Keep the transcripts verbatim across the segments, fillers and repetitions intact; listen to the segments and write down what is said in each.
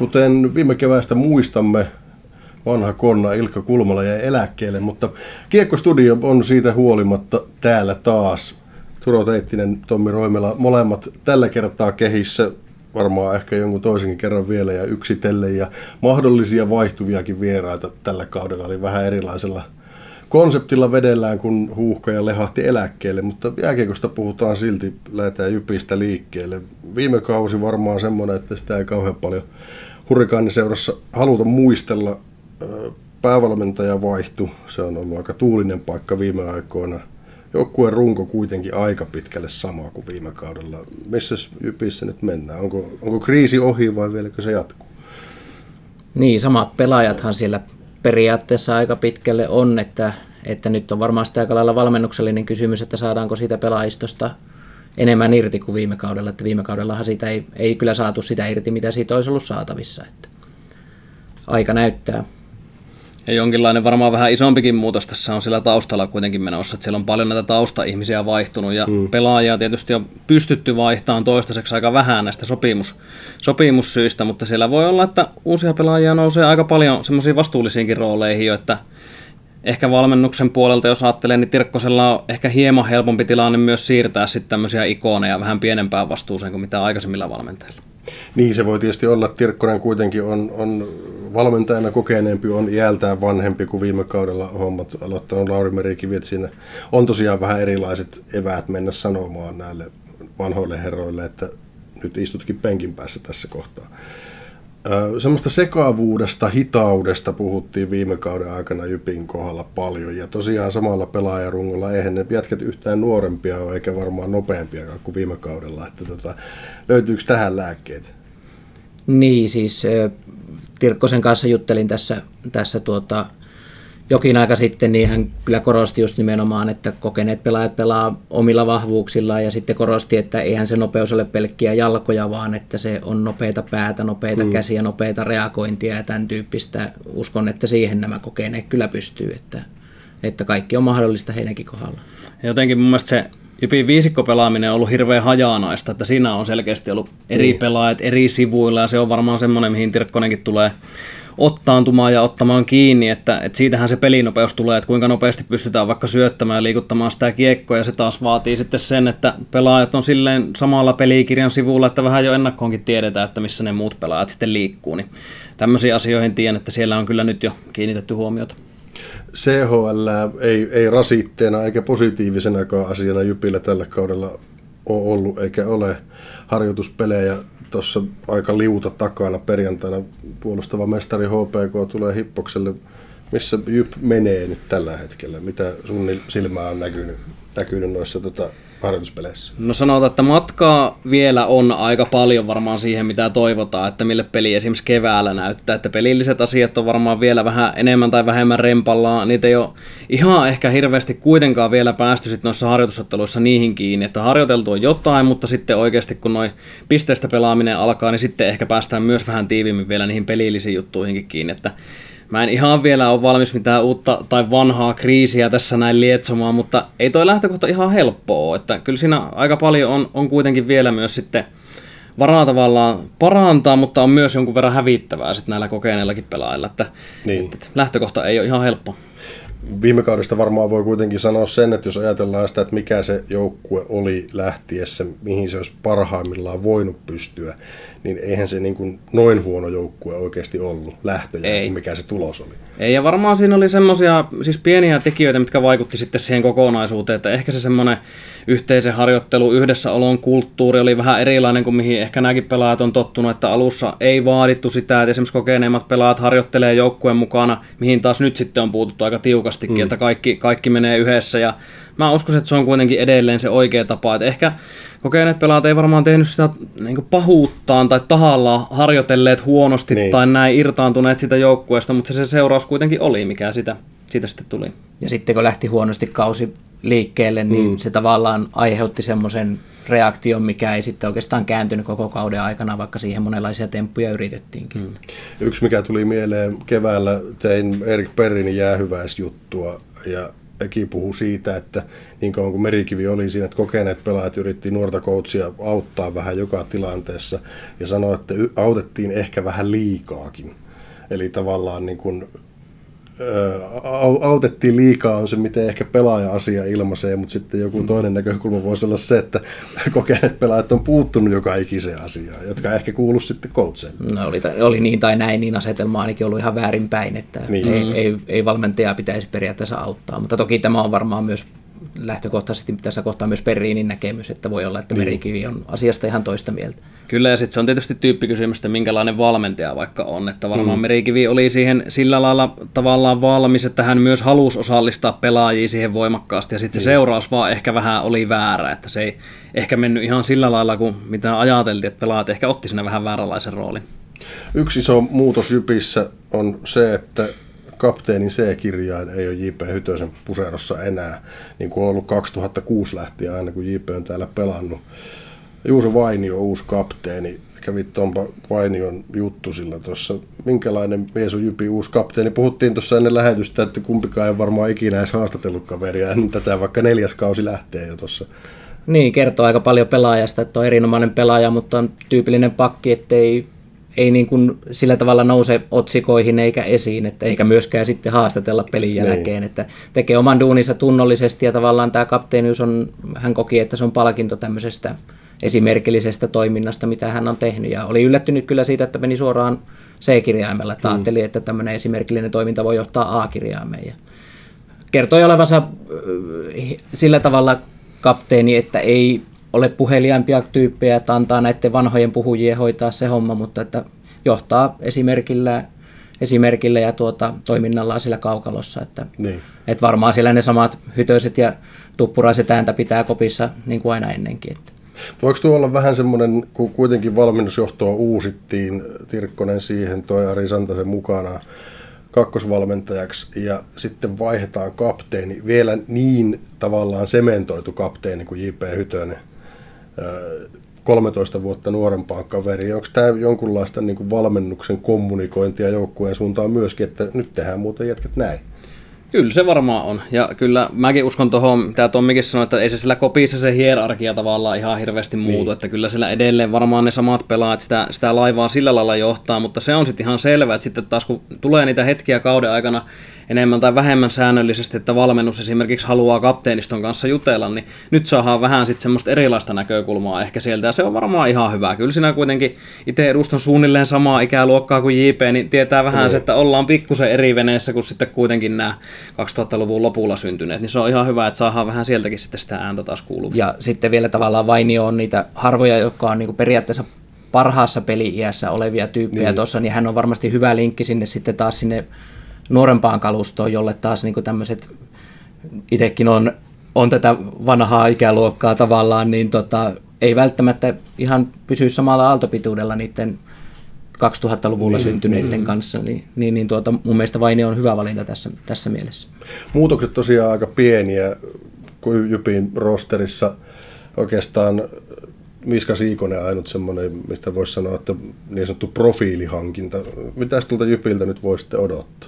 Kuten viime keväästä muistamme, vanha konna Ilkka Kulmala jäi eläkkeelle, mutta Kiekko-studio on siitä huolimatta täällä taas. Turo Teittinen, Tommi Roimela, molemmat tällä kertaa kehissä, varmaan ehkä jonkun toisenkin kerran vielä ja yksitellen, ja mahdollisia vaihtuviakin vieraita tällä kaudella oli vähän erilaisella konseptilla vedellään, kun Huuhka ja Lehahti eläkkeelle, mutta jääkiekosta puhutaan silti, lähdetään Jypistä liikkeelle. Viime kausi varmaan semmoinen, että sitä ei kauhean paljon Hurrikaaniseurassa haluta muistella. Päävalmentaja vaihtui, se on ollut aika tuulinen paikka viime aikoina. Joukkueen runko kuitenkin aika pitkälle sama kuin viime kaudella. Missä Jypissä nyt mennään? Onko, onko kriisi ohi vai vieläkö se jatkuu? Niin, samat pelaajathan siellä periaatteessa aika pitkälle on, että, että nyt on varmaan sitä aika lailla valmennuksellinen kysymys, että saadaanko siitä pelaajistosta enemmän irti kuin viime kaudella. Että viime kaudellahan siitä ei, ei kyllä saatu sitä irti, mitä siitä olisi ollut saatavissa. Että aika näyttää. Ja jonkinlainen varmaan vähän isompikin muutos tässä on sillä taustalla kuitenkin menossa, että siellä on paljon näitä taustaihmisiä vaihtunut ja mm. pelaajia tietysti on pystytty vaihtamaan toistaiseksi aika vähän näistä sopimus, sopimussyistä, mutta siellä voi olla, että uusia pelaajia nousee aika paljon semmoisiin vastuullisiinkin rooleihin jo, että ehkä valmennuksen puolelta, jos ajattelee, niin Tirkkosella on ehkä hieman helpompi tilanne myös siirtää sitten tämmöisiä ikoneja vähän pienempään vastuuseen kuin mitä aikaisemmilla valmentajilla. Niin, se voi tietysti olla, että Tirkkonen kuitenkin on, on valmentajana kokeneempi, on iältään vanhempi kuin viime kaudella hommat aloittanut Lauri Merikivi, että siinä on tosiaan vähän erilaiset eväät mennä sanomaan näille vanhoille herroille, että nyt istutkin penkin päässä tässä kohtaa. Öö, semmoista sekaavuudesta, hitaudesta puhuttiin viime kauden aikana Jypin kohdalla paljon, ja tosiaan samalla pelaajarungolla eihän ne jätkät yhtään nuorempia ole, eikä varmaan nopeampia kuin viime kaudella, että tota, löytyykö tähän lääkkeet? Niin, siis Tirkkosen kanssa juttelin tässä, tässä tuota, jokin aika sitten, niin hän kyllä korosti just nimenomaan, että kokeneet pelaajat pelaa omilla vahvuuksillaan ja sitten korosti, että eihän se nopeus ole pelkkiä jalkoja, vaan että se on nopeita päätä, nopeita mm. käsiä, nopeita reagointia ja tämän tyyppistä. Uskon, että siihen nämä kokeneet kyllä pystyy, että, että kaikki on mahdollista heidänkin kohdalla. Jotenkin mun mielestä se Jypin viisikkopelaaminen on ollut hirveän hajanaista, että siinä on selkeästi ollut eri mm. pelaajat eri sivuilla ja se on varmaan semmoinen, mihin Tirkkonenkin tulee ottaantumaan ja ottamaan kiinni, että, että siitähän se pelinopeus tulee, että kuinka nopeasti pystytään vaikka syöttämään ja liikuttamaan sitä kiekkoa, ja se taas vaatii sitten sen, että pelaajat on silleen samalla pelikirjan sivulla, että vähän jo ennakkoonkin tiedetään, että missä ne muut pelaajat sitten liikkuu, niin tämmöisiin asioihin tiedän, että siellä on kyllä nyt jo kiinnitetty huomiota. C H L ei, ei rasitteena eikä positiivisenakaan asiana Jypillä tällä kaudella ole ollut eikä ole harjoituspelejä. Tuossa aika liuta takana perjantaina puolustava mestari H P K tulee Hippokselle. Missä Jyp menee nyt tällä hetkellä? Mitä sun silmää on näkynyt, näkynyt noissa tota, harjoituspeleissä? No sanotaan, että matkaa vielä on aika paljon varmaan siihen, mitä toivotaan, että mille peli esimerkiksi keväällä näyttää. Että pelilliset asiat on varmaan vielä vähän enemmän tai vähemmän rempallaan. Niitä ei ole ihan ehkä hirveästi kuitenkaan vielä päästy sit noissa harjoitusotteluissa niihin kiinni, että harjoiteltu on jotain, mutta sitten oikeasti kun noi pisteistä pelaaminen alkaa, niin sitten ehkä päästään myös vähän tiiviimmin vielä niihin pelillisiin juttuihinkin kiinni, että mä en ihan vielä ole valmis mitään uutta tai vanhaa kriisiä tässä näin lietsomaan, mutta ei toi lähtökohta ihan helppoa ole, että kyllä siinä aika paljon on, on kuitenkin vielä myös sitten varaa tavallaan parantaa, mutta on myös jonkun verran hävittävää sitten näillä kokeneillakin pelaajilla, että, niin. että lähtökohta ei ole ihan helppo. Viime kaudesta varmaan voi kuitenkin sanoa sen, että jos ajatellaan sitä, että mikä se joukkue oli lähtiessä, mihin se olisi parhaimmillaan voinut pystyä, niin eihän se niin kuin noin huono joukkue oikeasti ollut lähtöjä, kuin mikä se tulos oli. Ei, ja varmaan siinä oli semmoisia siis pieniä tekijöitä, mitkä vaikutti sitten siihen kokonaisuuteen, että ehkä se semmoinen yhteisen harjoittelu, yhdessäolon kulttuuri oli vähän erilainen kuin mihin ehkä nämäkin pelaajat on tottunut, että alussa ei vaadittu sitä, että esimerkiksi kokeneemmat pelaajat harjoittelee joukkueen mukana, mihin taas nyt sitten on puututtu aika tiukastikin, mm. että kaikki, kaikki menee yhdessä, ja mä uskon, että se on kuitenkin edelleen se oikea tapa, että ehkä kokeneet pelaajat ei varmaan tehnyt sitä niin pahuuttaan tai tahallaan harjoitelleet huonosti niin. tai näin irtaantuneet sitä joukkueesta, mutta se, se seuraus kuitenkin oli, mikä sitä, siitä sitten tuli. Ja sitten kun lähti huonosti kausi liikkeelle, niin mm. se tavallaan aiheutti semmoisen reaktion, mikä ei sitten oikeastaan kääntynyt koko kauden aikana, vaikka siihen monenlaisia temppuja yritettiinkin. Mm. Yksi, mikä tuli mieleen keväällä, tein Erik Perrin jäähyväisjuttua, ja Eki puhui siitä, että niin kauan kuin Merikivi oli siinä, että kokeneet pelaajat yritti nuorta coachia auttaa vähän joka tilanteessa ja sanoi, että autettiin ehkä vähän liikaakin. Eli tavallaan niin kuin, ä, autettiin liikaa on se, miten ehkä pelaaja-asia ilmaisee, mutta sitten joku toinen näkökulma voisi olla se, että kokeneet pelaajat on puuttunut joka ikiseen asiaan, jotka ehkä kuulu sitten coachille. No oli, oli niin tai näin, niin asetelma ainakin ollut ihan väärinpäin, että niin. ei, ei, ei valmentajaa pitäisi periaatteessa auttaa, mutta toki tämä on varmaan myös lähtökohtaisesti tässä kohtaa myös Perriinin näkemys, että voi olla, että niin. Merikivi on asiasta ihan toista mieltä. Kyllä, ja sitten se on tietysti tyyppikysymys, että minkälainen valmentaja vaikka on, että varmaan mm. Merikivi oli siihen sillä lailla tavallaan valmis, että hän myös halusi osallistaa pelaajia siihen voimakkaasti, ja sitten niin. se seuraus vaan ehkä vähän oli väärä, että se ei ehkä mennyt ihan sillä lailla kuin mitä ajateltiin, että pelaajat ehkä otti sinne vähän vääränlaisen roolin. Yksi iso muutos Jypissä on se, että kapteenin C-kirjain ei ole J P Hytösen puserossa enää, niin kuin on ollut kaksituhattakuusi lähtien aina, kun J P on täällä pelannut. Juuso Vainio, uusi kapteeni. Kävi tuonpa Vainion juttu sillä tuossa. Minkälainen mies on Jypin uusi kapteeni? Puhuttiin tuossa ennen lähetystä, että kumpikaan ei varmaan ikinä edes haastatellut kaveria ennen tätä, vaikka neljäs kausi lähtee jo tuossa. Niin, kertoo aika paljon pelaajasta, että on erinomainen pelaaja, mutta on tyypillinen pakki, ettei ei niin kuin sillä tavalla nouse otsikoihin eikä esiin, että eikä myöskään sitten haastatella pelin jälkeen, niin. Että tekee oman duuninsa tunnollisesti ja tavallaan tämä kapteenius on, hän koki, että se on palkinto tämmöisestä esimerkillisestä toiminnasta, mitä hän on tehnyt ja oli yllättynyt kyllä siitä, että meni suoraan C-kirjaimella, että mm. ajatteli, että tämmöinen esimerkillinen toiminta voi johtaa A-kirjaimeen ja kertoi olevansa sillä tavalla kapteeni, että ei ole puheliaimpia tyyppejä, että antaa näiden vanhojen puhujien hoitaa se homma, mutta että johtaa esimerkillä, esimerkillä ja tuota, toiminnallaan sillä kaukalossa. Että, niin. että varmaan siellä ne samat hytöiset ja tuppuraiset ääntä pitää kopissa niin kuin aina ennenkin. Että. Voiko tuo olla vähän semmoinen, kun kuitenkin valmennusjohtoa uusittiin, Tirkkonen siihen, toi Ari Santasen mukana kakkosvalmentajaksi ja sitten vaihdetaan kapteeni, vielä niin tavallaan sementoitu kapteeni kuin J P Hytönen, kolmetoista vuotta nuorempaan kaveri. Onko tämä jonkunlaista niin kuin valmennuksen kommunikointia joukkueen suuntaan myöskin, että nyt tehdään muuten jätkät näin? Kyllä se varmaan on. Ja kyllä mäkin uskon tuohon, mitä Tommikin sanoi, että ei se sillä kopissa se hierarkia tavallaan ihan hirveästi muutu. Niin. Että kyllä siellä edelleen varmaan ne samat pelaajat sitä, sitä laivaa sillä lailla johtaa, mutta se on sitten ihan selvä, että sitten taas kun tulee niitä hetkiä kauden aikana enemmän tai vähemmän säännöllisesti, että valmennus esimerkiksi haluaa kapteeniston kanssa jutella, niin nyt saadaan vähän sitten semmoista erilaista näkökulmaa ehkä sieltä, ja se on varmaan ihan hyvä. Kyllä siinä kuitenkin itse edustan suunnilleen samaa ikäluokkaa kuin J P, niin tietää vähän se, että ollaan pikkusen eri veneessä kuin sitten kuitenkin nämä kaksituhattaluvun lopulla syntyneet, niin se on ihan hyvä, että saadaan vähän sieltäkin sitten sitä ääntä taas kuuluvaa. Ja sitten vielä tavallaan Vainio on niitä harvoja, jotka on niinku periaatteessa parhaassa peli-iässä olevia tyyppejä niin. Tuossa, niin hän on varmasti hyvä linkki sinne sitten taas sinne nuorempaan kalustoon, jolle taas niinku tämmöiset, itsekin on, on tätä vanhaa ikäluokkaa tavallaan, niin tota, ei välttämättä ihan pysy samalla aaltopituudella niiden kaksituhattaluvulla niin, syntyneiden niin. kanssa, niin, niin, niin tuota, mun mielestä Vainio on hyvä valinta tässä, tässä mielessä. Muutokset tosiaan aika pieniä, kuin Jypin rosterissa oikeastaan Miska Siikonen ainut semmoinen, mistä voisi sanoa, että niin sanottu profiilihankinta. Mitäs tuolta Jypiltä nyt voisitte odottaa?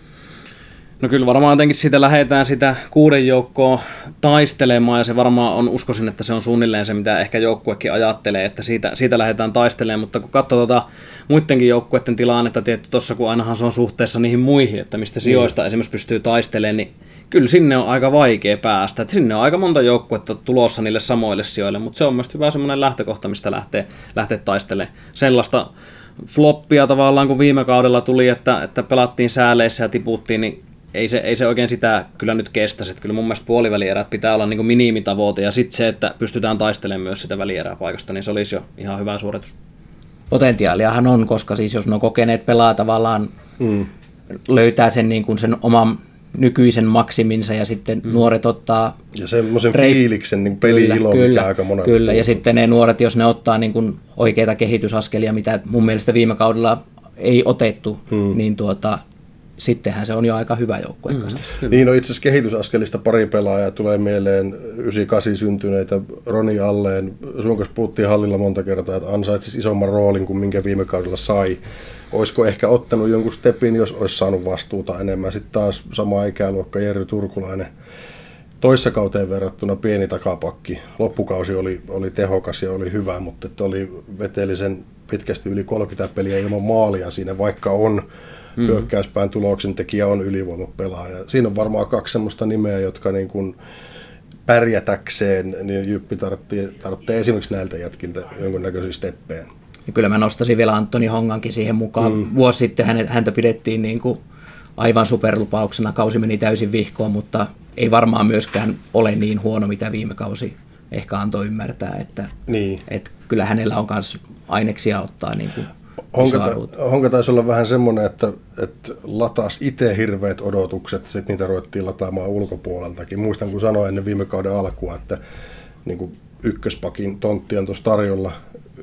No kyllä varmaan jotenkin siitä lähdetään sitä kuuden joukkoa taistelemaan, ja se varmaan on, uskoisin, että se on suunnilleen se, mitä ehkä joukkuekin ajattelee, että siitä, siitä lähdetään taistelemaan, mutta kun katsoo tuota muidenkin joukkueiden tilannetta, tietty tuossa, kun ainahan se on suhteessa niihin muihin, että mistä sijoista mm. esimerkiksi pystyy taistelemaan, niin kyllä sinne on aika vaikea päästä, että sinne on aika monta joukkuetta tulossa niille samoille sijoille, mutta se on myös hyvä semmoinen lähtökohta, mistä lähtee, lähtee taistelemaan. Sellaista floppia tavallaan, kun viime kaudella tuli, että, että pelattiin sääleissä ja tiputtiin, niin Ei se, ei se oikein sitä kyllä nyt kestäisi. Että kyllä mun mielestä puolivälierät pitää olla niin kuin minimitavoite, ja sitten se, että pystytään taistelemaan myös sitä välieräpaikasta, niin se olisi jo ihan hyvä suoritus. Potentiaaliahan on, koska siis jos ne on kokeneet pelaa tavallaan, mm. löytää sen, niin kuin sen oman nykyisen maksiminsa, ja sitten mm. nuoret ottaa... Ja semmoisen rei... fiiliksen niin peli-ilo, kyllä, mikä aika monella Kyllä, ja sitten ne nuoret, jos ne ottaa niin kuin oikeita kehitysaskelia, mitä mun mielestä viime kaudella ei otettu, mm. niin tuota... sittenhän se on jo aika hyvä joukkue. Mm, niin, no itse asiassa kehitysaskelista pari pelaajaa tulee mieleen, yhdeksänkymmentäkahdeksan syntyneitä, Roni Alleen, sun kanssa puhuttiin hallilla monta kertaa, että ansaitsisi isomman roolin kuin minkä viime kaudella sai. olisiko ehkä ottanut jonkun stepin, jos olisi saanut vastuuta enemmän. Sitten taas sama ikäluokka Jerry Turkulainen. Toissa kauteen verrattuna pieni takapakki. Loppukausi oli, oli tehokas ja oli hyvä, mutta että oli veteli sen pitkästi yli kolmekymmentä peliä ilman maalia siinä, vaikka on mm-hmm. hyökkäyspään tuloksentekijä, on ylivoimapelaaja. Siinä on varmaan kaksi semmoista nimeä, jotka niin kuin pärjätäkseen, niin Jyppi tarvitsee, tarvitsee esimerkiksi näiltä jätkiltä jonkunnäköisiä steppejä. Ja kyllä mä nostaisin vielä Antoni Hongankin siihen mukaan. Mm. Vuosi sitten häntä pidettiin niin kuin aivan superlupauksena, kausi meni täysin vihkoon, mutta ei varmaan myöskään ole niin huono, mitä viime kausi ehkä antoi ymmärtää, että, niin. että kyllä hänellä on myös aineksia ottaa niin kuin Honka, Honka taisi olla vähän semmoinen, että, että lataasi itse hirveät odotukset, sitten niitä ruvettiin lataamaan ulkopuoleltakin. Muistan, kun sanoin ennen viime kauden alkua, että niin kuin ykköspakin tontti on tuossa tarjolla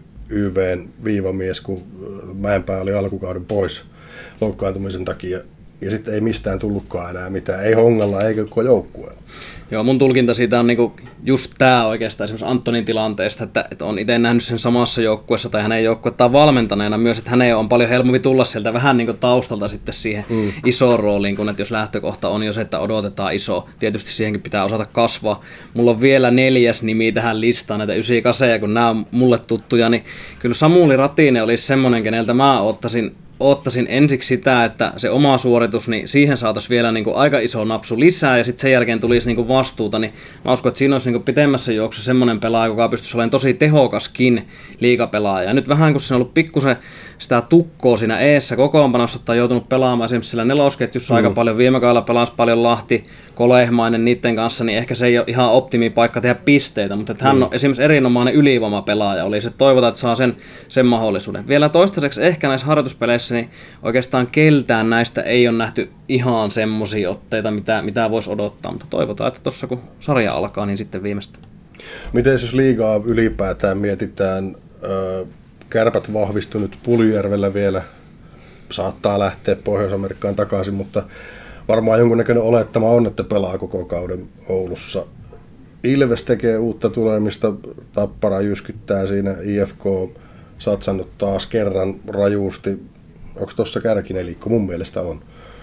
Y V:n viivamies, kun Mäenpää oli alkukauden pois loukkaantumisen takia. Ja sitten ei mistään tullutkaan enää mitään, ei Hongalla eikä koko joukkueella. Joo, mun tulkinta siitä on niinku just tämä oikeastaan esimerkiksi Antonin tilanteesta, että, että on itse nähnyt sen samassa joukkueessa tai hänen joukkuettaan valmentaneena myös, että hänen on paljon helpompi tulla sieltä vähän niinku taustalta sitten siihen mm. isoon rooliin, kun että jos lähtökohta on jo se, että odotetaan iso, tietysti siihenkin pitää osata kasvaa. Mulla on vielä neljäs nimi tähän listaan, näitä yhdeksänkymmentäkahdeksan, kun nämä on mulle tuttuja, niin kyllä Samuli Ratinen olisi semmoinen, keneltä mä ottaisin ottaisin ensiksi sitä, että se oma suoritus, niin siihen saataisiin vielä niin kuin aika iso napsu lisää, ja sitten sen jälkeen tulisi niin kuin vastuuta, niin mä uskon, että siinä olisi niin kuin pitemmässä juoksussa semmoinen pelaaja, joka pystyisi olemaan tosi tehokaskin liigapelaaja. Ja nyt vähän kun siinä on ollut pikkusen sitä tukkoa siinä eessä kokoonpanossa, tai joutunut pelaamaan esimerkiksi sillä nelosketjussa mm. aika paljon, viime kaudella pelasi paljon Lahti, Kolehmainen niiden kanssa, niin ehkä se ei ole ihan optimipaikka tehdä pisteitä, mutta että hän mm. on esimerkiksi erinomainen ylivoimapelaaja, oli se toivotaan, että saa sen, sen mahdollisuuden. Vielä toistaiseksi ehkä näissä harjoituspeleissä niin oikeastaan keltään näistä ei ole nähty ihan semmoisia otteita, mitä, mitä voisi odottaa, mutta toivotaan, että tuossa kun sarja alkaa, niin sitten viimeistä. Miten jos liigaa ylipäätään mietitään, äh, Kärpät vahvistunut Puljujärvellä vielä, saattaa lähteä Pohjois-Amerikkaan takaisin, mutta varmaan jonkunnäköinen olettama on, että pelaa koko kauden Oulussa. Ilves tekee uutta tulemista, Tappara jyskyttää siinä, I F K satsannut taas kerran rajuusti. Onko tuossa kärkinelikko? Mun mielestä on.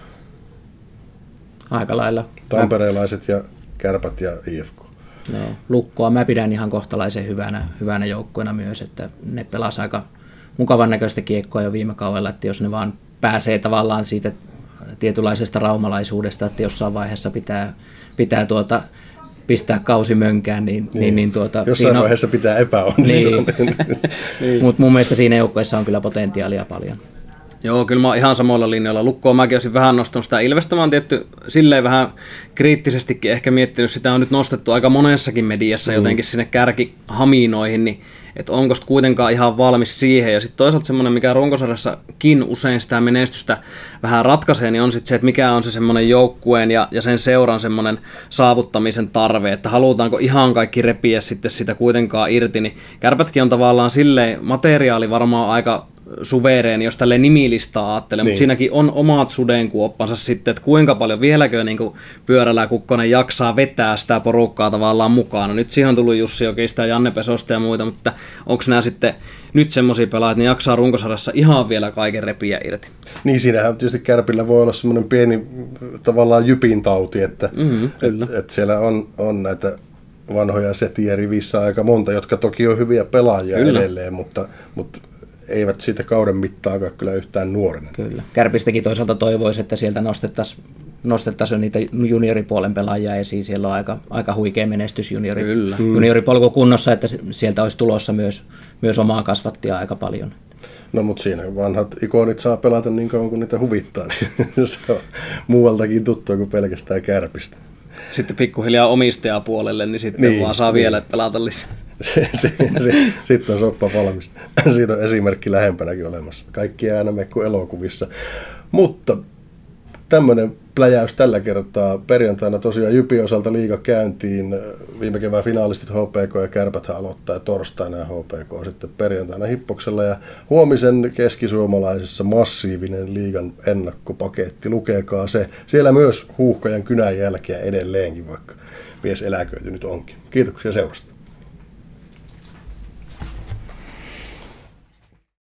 Aika lailla. Tamperelaiset ja Kärpät ja I F K. No, Lukkoa mä pidän ihan kohtalaisen hyvänä, hyvänä joukkueena myös, että ne pelasivat aika mukavan näköistä kiekkoa jo viime kaudella, että jos ne vaan pääsee tavallaan siitä tietynlaisesta raumalaisuudesta, että jossain vaiheessa pitää, pitää tuota, pistää kausi mönkään, niin, niin, niin tuota, jossain vaiheessa on, pitää epäonnistua. Niin. niin. Mutta mun mielestä siinä joukkueessa on kyllä potentiaalia paljon. Joo, kyllä mä oon ihan samoilla linjoilla. Lukkoa mäkin olisin vähän nostanut sitä Ilvestä. Mä oon tietty silleen vähän kriittisestikin ehkä miettinyt, sitä on nyt nostettu aika monessakin mediassa mm. jotenkin sinne kärkihaminoihin, niin että onko sitä kuitenkaan ihan valmis siihen. Ja sitten toisaalta semmoinen, mikä runkosarjassakin usein sitä menestystä vähän ratkaisee, niin on sitten se, että mikä on se semmoinen joukkueen ja, ja sen seuran semmoinen saavuttamisen tarve, että halutaanko ihan kaikki repiä sitten sitä kuitenkaan irti. Niin Kärpätkin on tavallaan silleen materiaali varmaan aika suvereeni, jos tälleen nimilistaa ajattelee, niin. Mutta siinäkin on omat sudenkuoppansa sitten, että kuinka paljon vieläkö niin kuin Pyörällä Kukkonen jaksaa vetää sitä porukkaa tavallaan mukaan. No, nyt siihen on tullut Jussi Okista ja Janne Pesosta ja muita, mutta onko nämä sitten nyt semmoisia pelaajia, että ne jaksaa runkosarjassa ihan vielä kaiken repiä irti? Niin, siinähän tietysti Kärpillä voi olla semmoinen pieni tavallaan jypin tauti, että mm-hmm, et, et siellä on, on näitä vanhoja setiä rivissä aika monta, jotka toki on hyviä pelaajia kyllä. edelleen, mutta, mutta eivät siitä kauden mittaakaan kyllä yhtään nuorena. Kyllä. Kärpistäkin toisaalta toivoisi, että sieltä nostettaisiin nostettaisiin niitä junioripuolen pelaajia esiin. Siellä on aika, aika huikea menestys juniori, mm. junioripolku kunnossa, että sieltä olisi tulossa myös, myös omaa kasvattia aika paljon. No mutta siinä vanhat ikonit saa pelata niin kauan kuin niitä huvittaa, niin se on muualtakin tuttua kuin pelkästään Kärpistä. Sitten pikkuhiljaa omistajapuolelle, niin sitten niin, vaan saa niin. vielä pelata lisää. Se, se, se, sitten on soppa valmis. Siitä on esimerkki lähempänäkin olemassa. Kaikki ei aina mene kuin elokuvissa. Mutta tämmöinen pläjäys tällä kertaa. Perjantaina tosiaan Jypin osalta liiga käyntiin. Viime kevään finaalistit H P K ja Kärpäthän aloittaa ja torstaina ja H P K sitten perjantaina Hippoksella. Ja huomisen keskisuomalaisessa massiivinen liigan ennakkopaketti. Lukekaa se. Siellä myös Huuhkajan kynän jälkeä edelleenkin, vaikka mies eläköitynyt onkin. Kiitoksia seurasta.